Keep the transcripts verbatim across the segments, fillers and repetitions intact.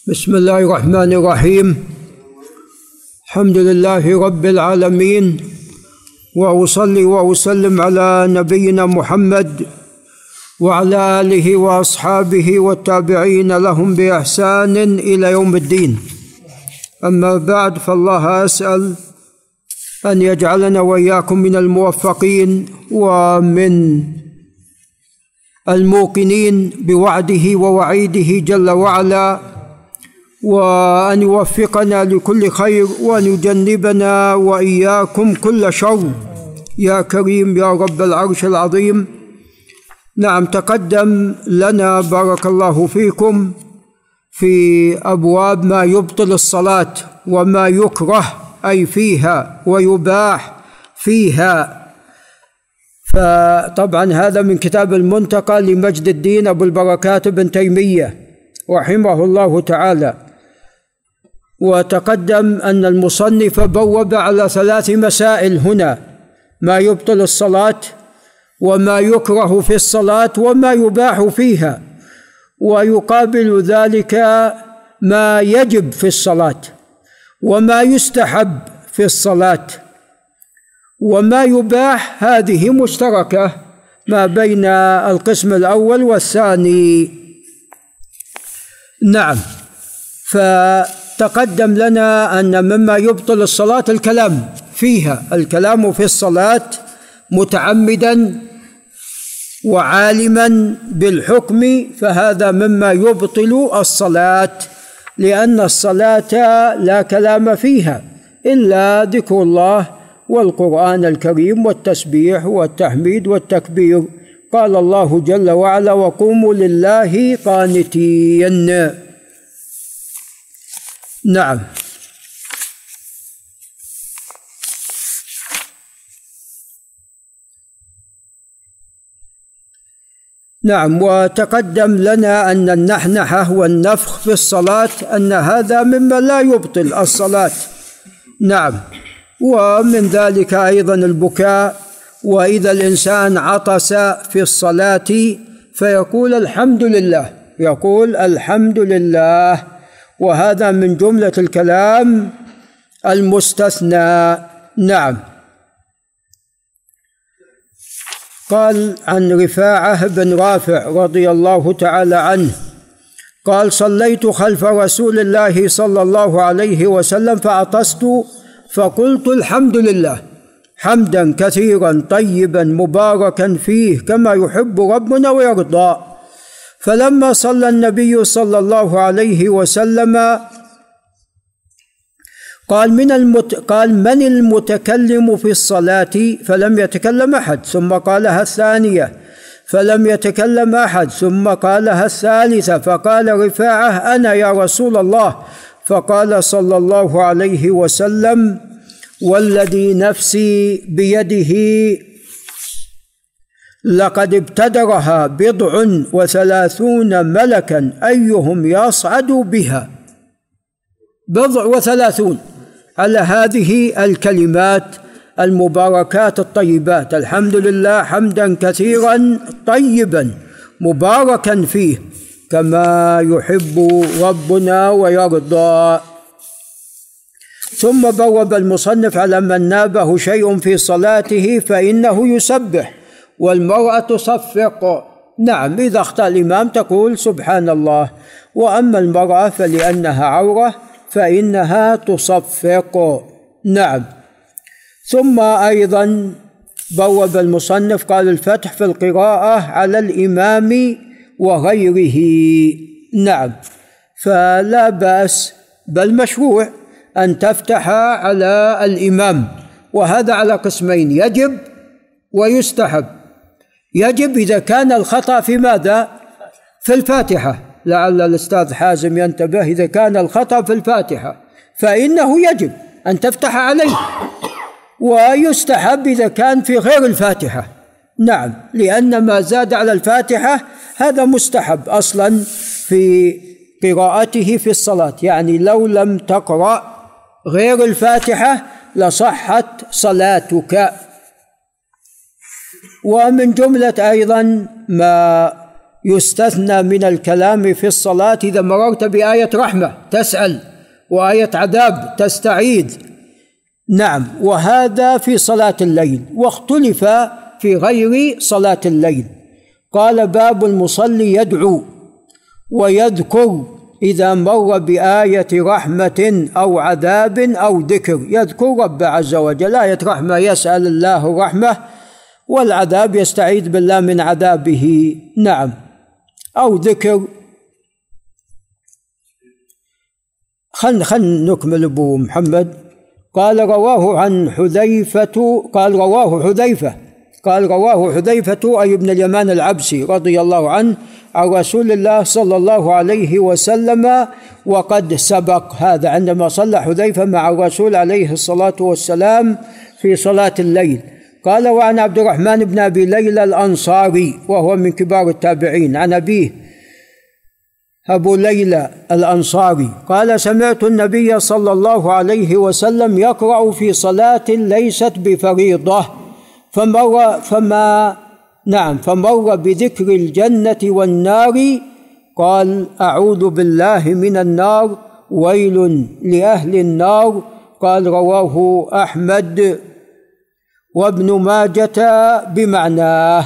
بسم الله الرحمن الرحيم. الحمد لله رب العالمين، وأصلي وأسلم على نبينا محمد وعلى آله وأصحابه والتابعين لهم بإحسان إلى يوم الدين. أما بعد، فالله أسأل أن يجعلنا وإياكم من الموفقين ومن الموقنين بوعده ووعيده جل وعلا، وأن يوفقنا لكل خير وأن يجنبنا وإياكم كل شر يا كريم يا رب العرش العظيم. نعم، تقدم لنا بارك الله فيكم في أبواب ما يبطل الصلاة وما يكره أي فيها ويباح فيها. فطبعا هذا من كتاب المنتقى لمجد الدين أبو البركات بن تيمية رحمه الله تعالى. وتقدم أن المصنف بوب على ثلاث مسائل هنا: ما يبطل الصلاة، وما يكره في الصلاة، وما يباح فيها، ويقابل ذلك ما يجب في الصلاة، وما يستحب في الصلاة، وما يباح. هذه مشتركة ما بين القسم الأول والثاني. نعم، فتقدم لنا أن مما يبطل الصلاة الكلام فيها، الكلام في الصلاة متعمدا وعالما بالحكم، فهذا مما يبطل الصلاة، لأن الصلاة لا كلام فيها إلا ذكر الله والقرآن الكريم والتسبيح والتحميد والتكبير. قال الله جل وعلا: وقوموا لله قانتين. نعم. نعم، وتقدم لنا أن النحنحة والنفخ في الصلاة أن هذا مما لا يبطل الصلاة. نعم، ومن ذلك أيضا البكاء، وإذا الإنسان عطس في الصلاة فيقول الحمد لله، يقول الحمد لله، وهذا من جملة الكلام المستثنى. نعم. قال عن رفاعة بن رافع رضي الله تعالى عنه قال: صليت خلف رسول الله صلى الله عليه وسلم فعطست فقلت الحمد لله حمدا كثيرا طيبا مباركا فيه كما يحب ربنا ويرضى. فلما صلى النبي صلى الله عليه وسلم قال من, المت... قال من المتكلم في الصلاة؟ فلم يتكلم أحد. ثم قالها الثانية فلم يتكلم أحد. ثم قالها الثالثة فقال رفاعة: أنا يا رسول الله. فقال صلى الله عليه وسلم: والذي نفسي بيده لقد ابتدرها بضع وثلاثون ملكا أيهم يصعد بها. بضع وثلاثون على هذه الكلمات المباركات الطيبات: الحمد لله حمدا كثيرا طيبا مباركا فيه كما يحب ربنا ويرضى. ثم بوب المصنف على من نابه شيء في صلاته فإنه يسبح، والمرأة تصفق. نعم، إذا أخطأ الإمام تقول سبحان الله، وأما المرأة فلأنها عورة فإنها تصفق. نعم. ثم أيضا بوب المصنف قال: الفتح في القراءة على الإمام وغيره. نعم، فلا بأس بل مشروع أن تفتح على الإمام، وهذا على قسمين: يجب ويستحب. يجب إذا كان الخطأ في ماذا؟ في الفاتحة. لعل الأستاذ حازم ينتبه، إذا كان الخطأ في الفاتحة فإنه يجب أن تفتح عليه. ويستحب إذا كان في غير الفاتحة. نعم، لأن ما زاد على الفاتحة هذا مستحب أصلا في قراءته في الصلاة، يعني لو لم تقرأ غير الفاتحة لصحت صلاتك. ومن جملة أيضا ما يستثنى من الكلام في الصلاة إذا مررت بآية رحمة تسأل وآية عذاب تستعيذ. نعم، وهذا في صلاة الليل، واختلف في غير صلاة الليل. قال: باب المصلي يدعو ويذكر إذا مر بآية رحمة أو عذاب أو ذكر، يذكر رب عز وجل. آية رحمة يسأل الله الرحمة، والعذاب يستعيذ بالله من عذابه. نعم، أو ذكر. خل خل نكمل أبو محمد. قال: رواه عن حذيفة قال رواه حذيفة قال رواه حذيفة أي ابن اليمان العبسي رضي الله عنه عن رسول الله صلى الله عليه وسلم، وقد سبق هذا عندما صلى حذيفة مع الرسول عليه الصلاة والسلام في صلاة الليل. قال: وعن عبد الرحمن بن أبي ليلى الأنصاري وهو من كبار التابعين عن أبيه أبو ليلى الأنصاري قال: سمعت النبي صلى الله عليه وسلم يقرأ في صلاة ليست بفريضة فمر فما نعم فمر بذكر الجنة والنار، قال: أعوذ بالله من النار، ويل لأهل النار. قال: رواه أحمد وابن ماجة بمعناه.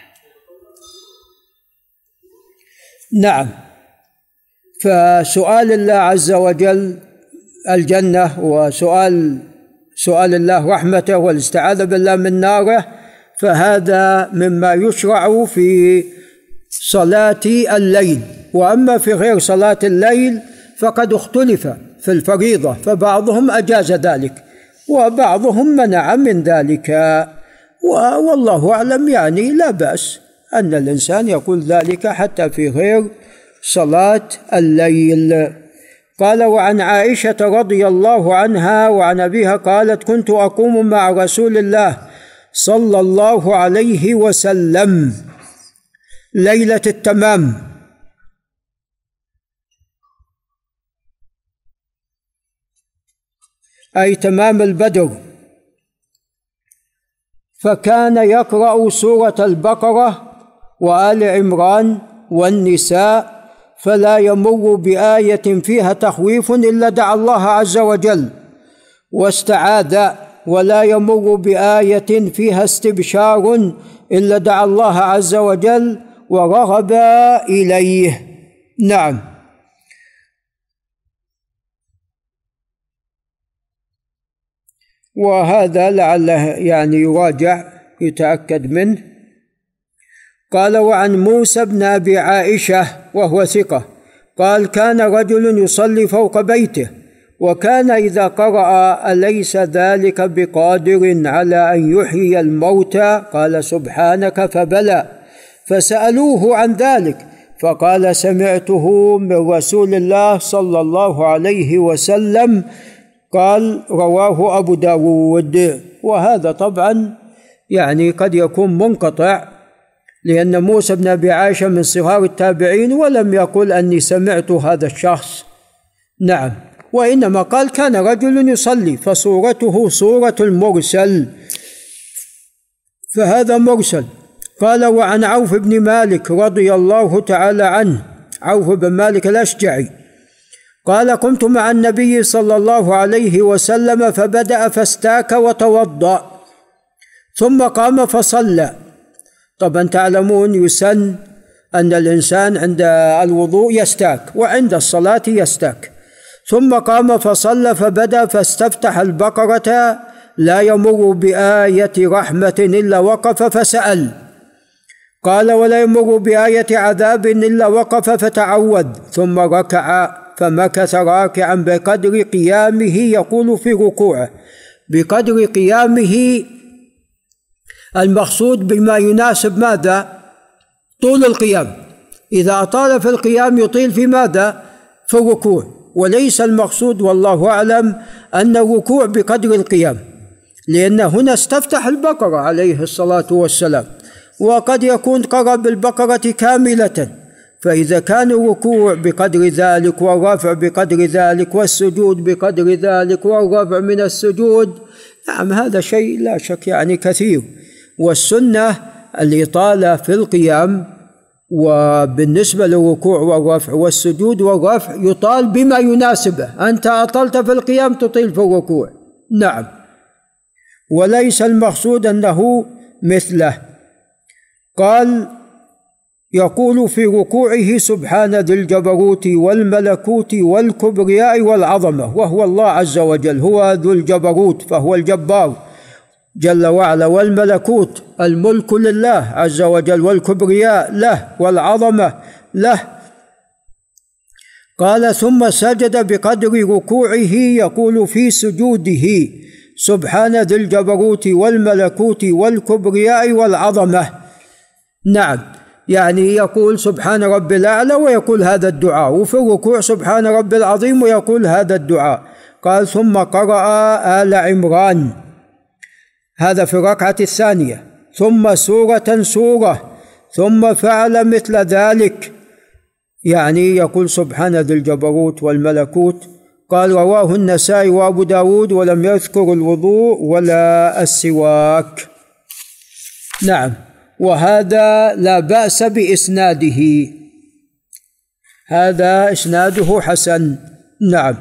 نعم، فسؤال الله عز وجل الجنة، وسؤال سؤال الله رحمته، والاستعاذة بالله من ناره، فهذا مما يشرع في صلاة الليل. وأما في غير صلاة الليل فقد اختلف في الفريضة، فبعضهم أجاز ذلك وبعضهم منع من ذلك، والله أعلم. يعني لا بأس أن الإنسان يقول ذلك حتى في غير صلاة الليل. قال: وعن عائشة رضي الله عنها وعن أبيها قالت: كنت أقوم مع رسول الله صلى الله عليه وسلم ليلة التمام، أي تمام البدر، فكان يقرأ سورة البقرة وآل عمران والنساء، فلا يمر بآية فيها تخويف إلا دعا الله عز وجل واستعاذ، ولا يمر بآية فيها استبشار إلا دعا الله عز وجل ورغب إليه. نعم. وهذا لعله يعني يراجع يتأكد منه. قال: وعن موسى بن أبي عائشة وهو ثقة قال: كان رجل يصلي فوق بيته، وكان إذا قرأ: أليس ذلك بقادر على أن يحيي الموتى؟ قال: سبحانك فبلى. فسألوه عن ذلك فقال: سمعته من رسول الله صلى الله عليه وسلم. قال: رواه أبو داود. وهذا طبعا يعني قد يكون منقطع، لأن موسى بن أبي عائشة من صغار التابعين، ولم يقل أني سمعت هذا الشخص. نعم، وإنما قال: كان رجل يصلي، فصورته صورة المرسل، فهذا مرسل. قال: وعن عوف بن مالك رضي الله تعالى عنه، عوف بن مالك الأشجعي قال: قمت مع النبي صلى الله عليه وسلم فبدأ فاستاك وتوضأ، ثم قام فصلى. طبعا تعلمون يسن أن الإنسان عند الوضوء يستاك وعند الصلاة يستاك. ثم قام فصلى فبدأ فاستفتح البقرة، لا يمر بآية رحمة إلا وقف فسأل. قال: ولا يمر بآية عذاب إلا وقف فتعوذ، ثم ركع فمكث راكعا بقدر قيامه، يقول في ركوعه بقدر قيامه، المقصود بما يناسب ماذا؟ طول القيام. إذا أطال في القيام يطيل في ماذا؟ في الركوع. وليس المقصود والله أعلم أن الركوع بقدر القيام، لأن هنا استفتح البقرة عليه الصلاة والسلام، وقد يكون قرأ بالبقرة كاملة، فإذا كان الركوع بقدر ذلك والرفع بقدر ذلك والسجود بقدر ذلك والرفع من السجود، نعم هذا شيء لا شك يعني كثير. والسنة الإطالة في القيام وبالنسبة للركوع والرفع والسجود والرفع يطال بما يناسبه، أنت أطلت في القيام تطيل في الركوع. نعم، وليس المقصود أنه مثله. قال يقول في ركوعه سبحان ذي الجبروت والملكوت والكبرياء والعظمة، وهو الله عز وجل، هو ذو الجبروت فهو الجبار جل وعلا، والملكوت الملك لله عز وجل، والكبرياء له، والعظمة له. قال ثم سجد بقدر ركوعه، يقول في سجوده سبحان ذي الجبروت والملكوت والكبرياء والعظمة. نعم، يعني يقول سبحان رب الأعلى ويقول هذا الدعاء، وفي الركوع سبحان رب العظيم ويقول هذا الدعاء. قال ثم قرأ آل عمران، هذا في الركعة الثانية، ثم سورة سورة، ثم فعل مثل ذلك، يعني يقول سبحان ذي الجبروت والملكوت. قال رواه النسائي وأبو داود ولم يذكر الوضوء ولا السواك. نعم، وهذا لا بأس بإسناده، هذا إسناده حسن. نعم.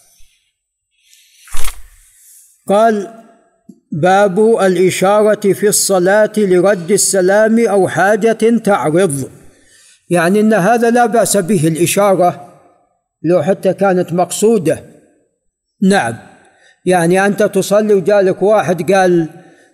قال باب الإشارة في الصلاة لرد السلام أو حاجة تعرض، يعني أن هذا لا بأس به الإشارة لو حتى كانت مقصودة. نعم، يعني أنت تصلي وجالك واحد قال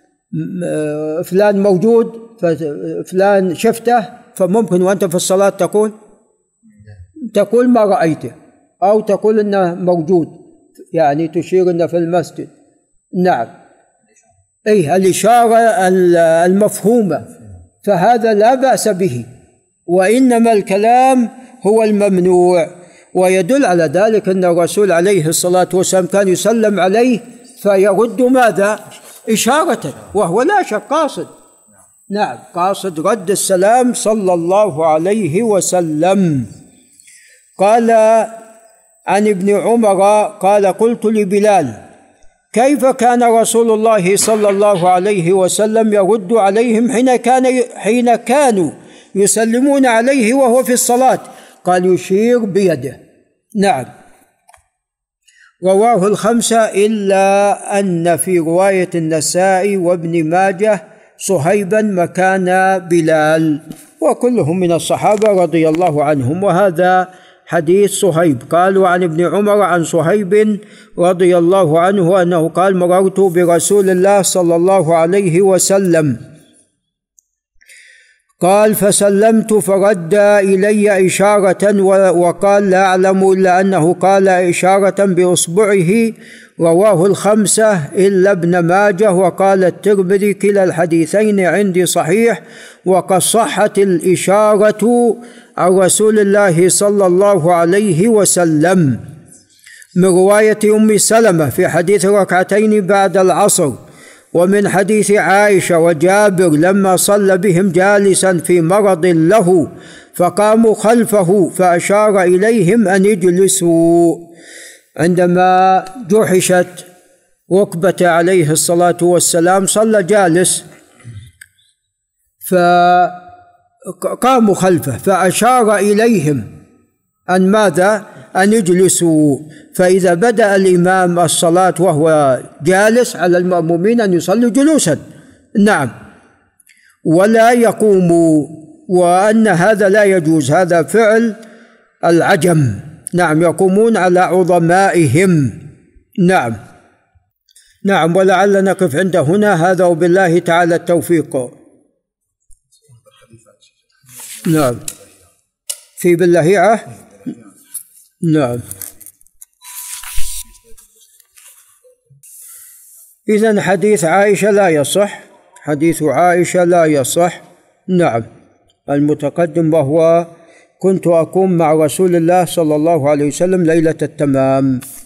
فلان موجود، فلان شفته، فممكن وأنت في الصلاة تقول تقول ما رأيته، أو تقول إنه موجود، يعني تشير إنه في المسجد. نعم، أي الإشارة المفهومة، فهذا لا بأس به، وإنما الكلام هو الممنوع. ويدل على ذلك أن الرسول عليه الصلاة والسلام كان يسلم عليه فيرد ماذا؟ إشارة، وهو لا شك قاصد. نعم، قاصد رد السلام صلى الله عليه وسلم. قال عن ابن عمر قال قلت لبلال كيف كان رسول الله صلى الله عليه وسلم يرد عليهم حين كان حين كانوا يسلمون عليه وهو في الصلاة؟ قال يشير بيده. نعم، رواه الخمسة إلا أن في رواية النسائي وابن ماجه صهيبا مكان بلال، وكلهم من الصحابة رضي الله عنهم، وهذا حديث صهيب. قال وعن ابن عمر عن صهيب رضي الله عنه أنه قال مررت برسول الله صلى الله عليه وسلم، قال فسلمت فرد إلي إشارة، وقال لا أعلم إلا أنه قال إشارة بإصبعه. رواه الخمسة إلا ابن ماجه، وقال الترمذي كلا الحديثين عندي صحيح، وقد صحت الإشارة عن رسول الله صلى الله عليه وسلم من رواية أم سلمة في حديث ركعتين بعد العصر، ومن حديث عائشة وجابر لما صلى بهم جالسا في مرض له فقاموا خلفه فأشار إليهم أن يجلسوا، عندما جحشت ركبته عليه الصلاة والسلام صلى جالس، فقاموا خلفه فأشار إليهم أن ماذا؟ أن يجلسوا. فإذا بدأ الإمام الصلاة وهو جالس على المأمومين أن يصلوا جلوسا. نعم، ولا يقوموا، وأن هذا لا يجوز، هذا فعل العجم. نعم، يقومون على عظمائهم. نعم نعم ولعل نقف عند هنا، هذا وبالله تعالى التوفيق. نعم، في باللهيعة. نعم، إذن حديث عائشة لا يصح، حديث عائشة لا يصح. نعم، المتقدم وهو كنت أقوم مع رسول الله صلى الله عليه وسلم ليلة التمام.